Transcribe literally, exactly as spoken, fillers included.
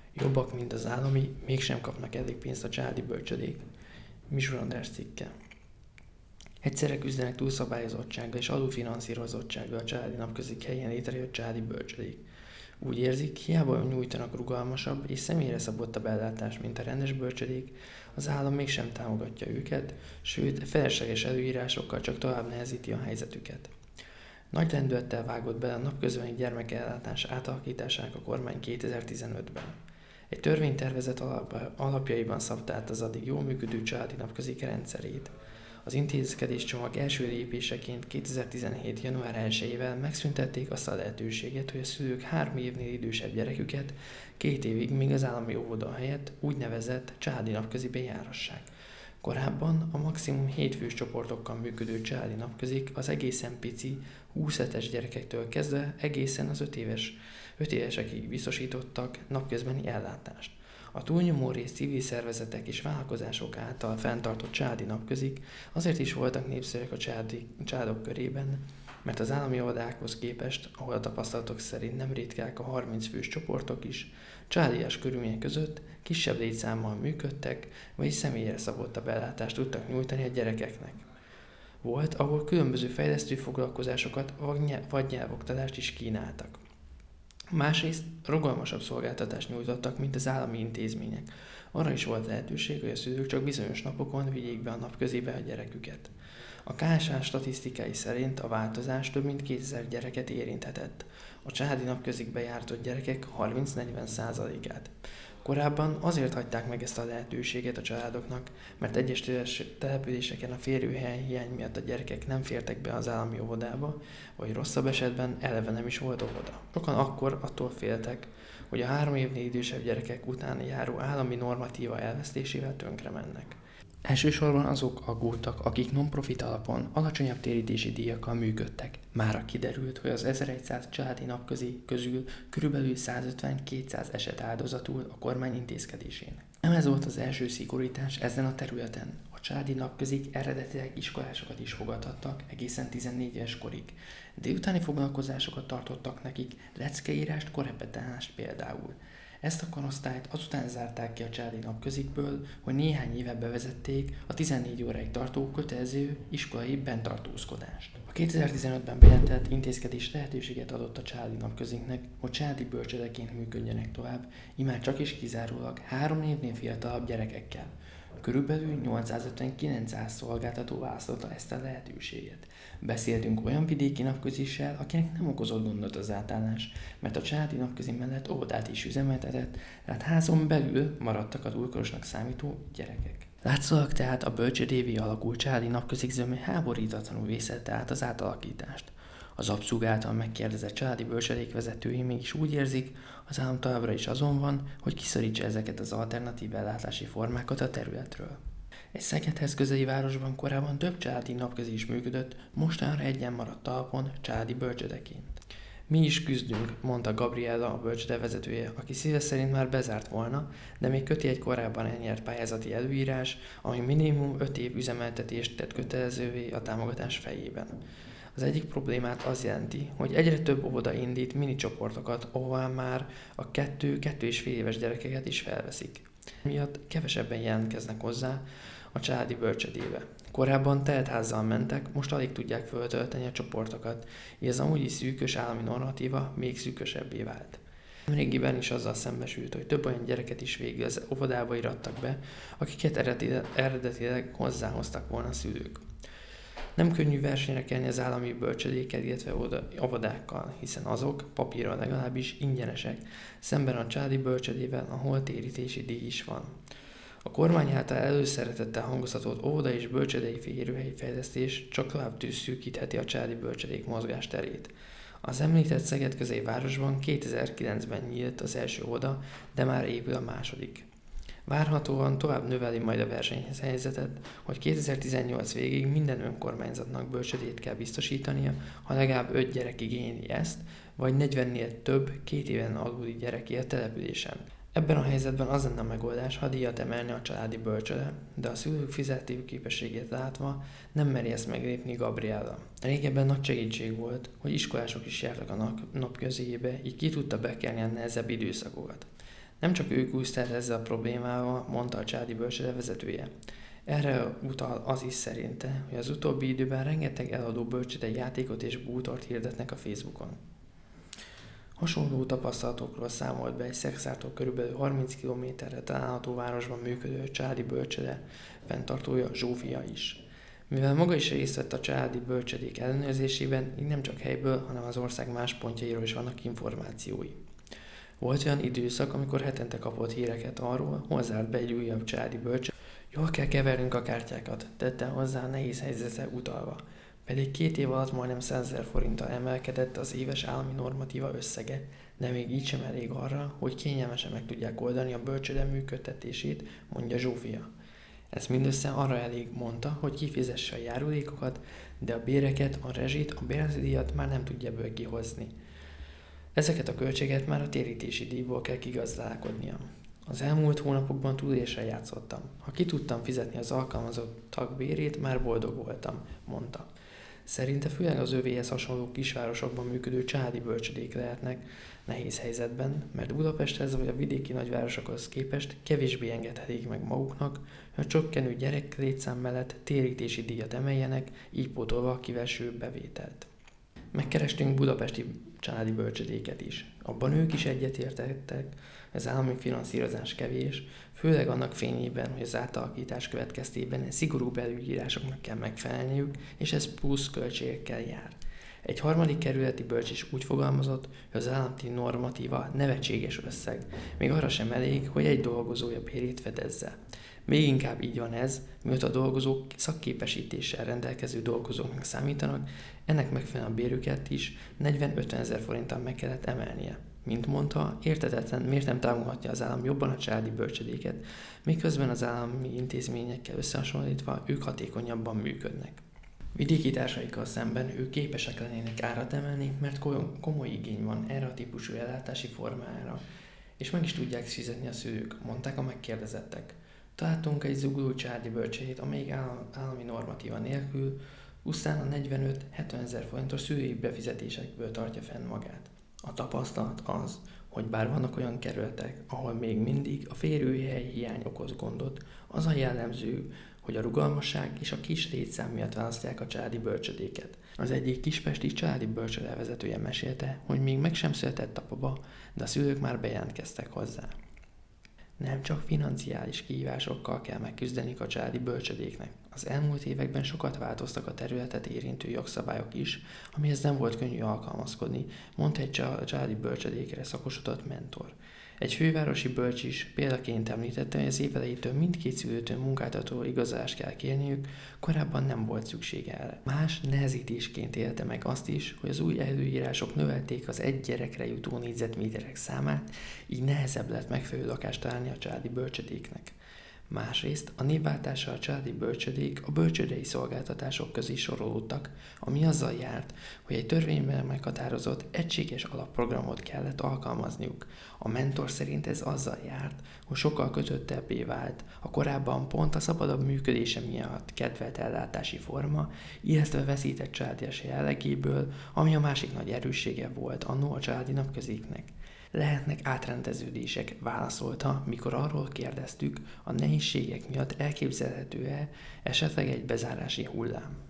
Jobbak, mint az állami, mégsem kapnak elég pénzt a családi bölcsödék. Misur András cikke. Egyszerre küzdenek túlszabályozottsággal és alulfinanszírozottsággal a családi napközik helyen létrejött családi bölcsödék. Úgy érzik, hiába nyújtanak rugalmasabb és személyre szabottabb ellátást, mint a rendes bölcsödék, az állam mégsem támogatja őket, sőt, felesleges előírásokkal csak tovább nehezíti a helyzetüket. Nagy lendülettel vágott bele a napközbeni gyermekellátás átalakításának a kormány kétezer-tizenötben. Egy törvénytervezet alapjaiban szabta át az addig jól működő családi napközik rendszerét. Az intézkedéscsomag első lépéseként kétezer-tizenhét. január elsejével megszüntették azt a lehetőséget, hogy a szülők három évnél idősebb gyereküket két évig, még az állami óvoda helyett úgynevezett családi napközibe járassák. Korábban a maximum hét fős csoportokkal működő családi napközik az egészen pici, húsz-hetes gyerekektől kezdve egészen az öt éves, öt évesekig biztosítottak napközbeni ellátást. A túlnyomó rész civil szervezetek és vállalkozások által fenntartott családi napközik azért is voltak népszerűek a családi, családok körében, mert az állami óvodákhoz képest, ahol a tapasztalatok szerint nem ritkák a harminc fős csoportok is, családias körülmények között kisebb létszámmal működtek, vagy személyre szabottabb ellátást tudtak nyújtani a gyerekeknek. Volt, ahol különböző fejlesztő foglalkozásokat vagy nyelvoktatást is kínáltak. Másrészt rugalmasabb szolgáltatást nyújtottak, mint az állami intézmények. Arra is volt lehetőség, hogy a szülők csak bizonyos napokon vigyék be a napközébe a gyereküket. A ká es há statisztikái szerint a változás több mint kétezer gyereket érinthetett. A családi napközikbe jártott gyerekek harminc-negyven százalékát. Korábban azért hagyták meg ezt a lehetőséget a családoknak, mert egyes településeken a férőhely hiány miatt a gyerekek nem fértek be az állami óvodába, vagy rosszabb esetben eleve nem is volt óvoda. Sokan akkor attól féltek, hogy a három évnél idősebb gyerekek után járó állami normatíva elvesztésével tönkre mennek. Elsősorban azok aggódtak, akik non-profit alapon alacsonyabb térítési díjakkal működtek. Mára kiderült, hogy az ezerszáz családi napközi közül körülbelül százötven-kétszáz eset áldozatul a kormány intézkedésének. Nem ez volt az első szigorítás ezen a területen. A családi napközik eredetileg iskolásokat is fogadhattak egészen tizennégy éves korig. Délutáni foglalkozásokat tartottak nekik, leckeírást, korrepetálást például. Ezt a korosztályt azután zárták ki a családi napközikből, hogy néhány éve bevezették a tizennégy óráig tartó kötelező iskolai bentartózkodást. A kétezer-tizenötben bejelentett intézkedés lehetőséget adott a családi napköziknek, hogy családi bölcsödeként működjenek tovább, immár csak is kizárólag három évnél fiatalabb gyerekekkel. Körülbelül nyolcszázötven-kilencszáz szolgáltató választotta ezt a lehetőséget. Beszéltünk olyan vidéki napközissel, akinek nem okozott gondot az átállás, mert a családi napközi mellett óvodát is üzemeltetett, tehát házon belül maradtak a túlkorosnak számító gyerekek. Látszólag tehát a bölcsödévé alakult családi napközik zöme háborítatlanul vészelte át az átalakítást. Az abszúg által megkérdezett családi bölcsödék vezetői mégis úgy érzik, az állam továbbra is azon van, hogy kiszorítsa ezeket az alternatív ellátási formákat a területről. Egy Szegedhez közeli városban korábban több családi napközi is működött, mostanra egyen maradt talpon családi bölcsödeként. Mi is küzdünk, mondta Gabriella, a bölcsöde vezetője, aki szíve szerint már bezárt volna, de még köti egy korábban elnyert pályázati előírás, ami minimum öt év üzemeltetést tett kötelezővé a támogatás fejében. Az egyik problémát az jelenti, hogy egyre több óvoda indít mini csoportokat, ahová már a kettő-kettő és fél éves gyerekeket is felveszik. Miatt kevesebben jelentkeznek hozzá a családi bölcsödébe. Korábban teltházzal mentek, most alig tudják föltölteni a csoportokat, így az amúgy is szűkös állami normatíva még szűkösebbé vált. Nemrégiben is azzal szembesült, hogy több olyan gyereket is végül az óvodába irattak be, akiket eredetileg, eredetileg hozzáhoztak volna a szülők. Nem könnyű versenyre kelni az állami bölcsödékkel, illetve óvodákkal, hiszen azok, papíron legalábbis ingyenesek, szemben a családi bölcsödével, ahol térítési díj is van. A kormány által előszeretettel hangoztatott óvoda és bölcsödei férőhelyi fejlesztés csak tovább szűkítheti a családi bölcsödék mozgásterét. Az említett Szeged közeli városban kétezer-kilencben nyílt az első óvoda, de már épül a második. Várhatóan tovább növeli majd a versenyhelyzetet, hogy kétezer-tizennyolc végig minden önkormányzatnak bölcsödét kell biztosítania, ha legalább öt gyerek igényli ezt, vagy negyvennél több két éven aluli gyerek él településen. Ebben a helyzetben az lenne a megoldás, ha díjat emelni a családi bölcsöde, de a szülők fizető képességét látva nem meri ezt meglépni Gabriella. Régebben nagy segítség volt, hogy iskolások is jártak a nap- napközébe, így ki tudta bekelni a nehezebb időszakokat. Nem csak ő küzdhet ezzel a problémával, mondta a családi bölcsőde vezetője. Erre utal az is szerinte, hogy az utóbbi időben rengeteg eladó bölcsődei játékot és bútort hirdetnek a Facebookon. Hasonló tapasztalatokról számolt be egy Szexártól körülbelül harminc kilométerre található városban működő családi bölcsőde fenntartója, Zsófia is. Mivel maga is részt vett a családi bölcsödék ellenőrzésében, így nem csak helyből, hanem az ország más pontjairól is vannak információi. Volt olyan időszak, amikor hetente kapott híreket arról, hol zárt be egy újabb családi bölcsőd. Jól kell kevernünk a kártyákat, tette hozzá a nehéz helyzetre utalva. Pedig két év alatt majdnem százezer forinttal emelkedett az éves állami normatíva összege, de még így sem elég arra, hogy kényelmesen meg tudják oldani a bölcsőde működtetését, mondja Zsófia. Ez mindössze arra elég, mondta, hogy kifizesse a járulékokat, de a béreket, a rezsit, a bérletdíjat már nem tudja ebből kihozni. Ezeket a költséget már a térítési díjból kell kigazdálkodnia. Az elmúlt hónapokban túlélésre játszottam. Ha ki tudtam fizetni az alkalmazottak bérét, már boldog voltam, mondta. Szerinte főleg az övéhez hasonló kisvárosokban működő családi bölcsödék lehetnek nehéz helyzetben, mert Budapesthez vagy a vidéki nagyvárosokhoz képest kevésbé engedhetik meg maguknak, hogy a csökkenő gyereklétszám mellett térítési díjat emeljenek, így pótolva a kiveső bevételt. Megkerestünk budapesti családi bölcsödéket is. Abban ők is egyetértettek, az állami finanszírozás kevés, főleg annak fényében, hogy az átalakítás következtében szigorú belügyírásoknak kell megfelelniük, és ez plusz költségekkel jár. Egy harmadik kerületi bölcs is úgy fogalmazott, hogy az állami normatíva nevetséges összeg, még arra sem elég, hogy egy dolgozója bérét fedezze. Még inkább így van ez, mióta a dolgozók szakképesítéssel rendelkező dolgozóknak számítanak, ennek megfelelően a bérüket is negyven-ötven ezer forinttal meg kellett emelnie. Mint mondta, érthetetlen, miért nem támogatja az állam jobban a családi bölcsödéket, miközben az állami intézményekkel összehasonlítva ők hatékonyabban működnek. Vidéki társaikkal szemben ők képesek lennének árat emelni, mert komoly igény van erre a típusú ellátási formára, és meg is tudják fizetni a szülők, mondták a megkérdezettek. Találtunk egy zugló családi bölcsőjét, amelyik állami normatíva nélkül pusztán a negyvenöt-hetven ezer forintos szülői befizetésekből tartja fenn magát. A tapasztalat az, hogy bár vannak olyan kerületek, ahol még mindig a férőhely hiány okoz gondot, az a jellemző, hogy a rugalmasság és a kis létszám miatt választják a családi bölcsödéket. Az egyik kispesti családi bölcsöde vezetője mesélte, hogy még meg sem született a baba, de a szülők már bejelentkeztek hozzá. Nem csak financiális kihívásokkal kell megküzdeniük a családi bölcsödéknek. Az elmúlt években sokat változtak a területet érintő jogszabályok is, amihez nem volt könnyű alkalmazkodni, mondta egy családi bölcsödékre szakosodott mentor. Egy fővárosi bölcs is példaként említette, hogy az év elejétől mindkét szülőtől munkáltató igazolást kell kérniük, korábban nem volt szüksége erre. Más nehezítésként élte meg azt is, hogy az új előírások növelték az egy gyerekre jutó négyzetméterek számát, így nehezebb lett megfelelő lakást találni a családi bölcsödéknek. Másrészt a névváltással a családi bölcsödék a bölcsődei szolgáltatások közé sorolódtak, ami azzal járt, hogy egy törvényben meghatározott egységes alapprogramot kellett alkalmazniuk. A mentor szerint ez azzal járt, hogy sokkal kötöttebbé vált a korábban pont a szabadabb működése miatt kedvelt ellátási forma, illetve veszített családias jellegéből, ami a másik nagy erőssége volt annó a családi napközéknek. Lehetnek átrendeződések, válaszolta, mikor arról kérdeztük, a nehézségek miatt elképzelhető-e esetleg egy bezárási hullám.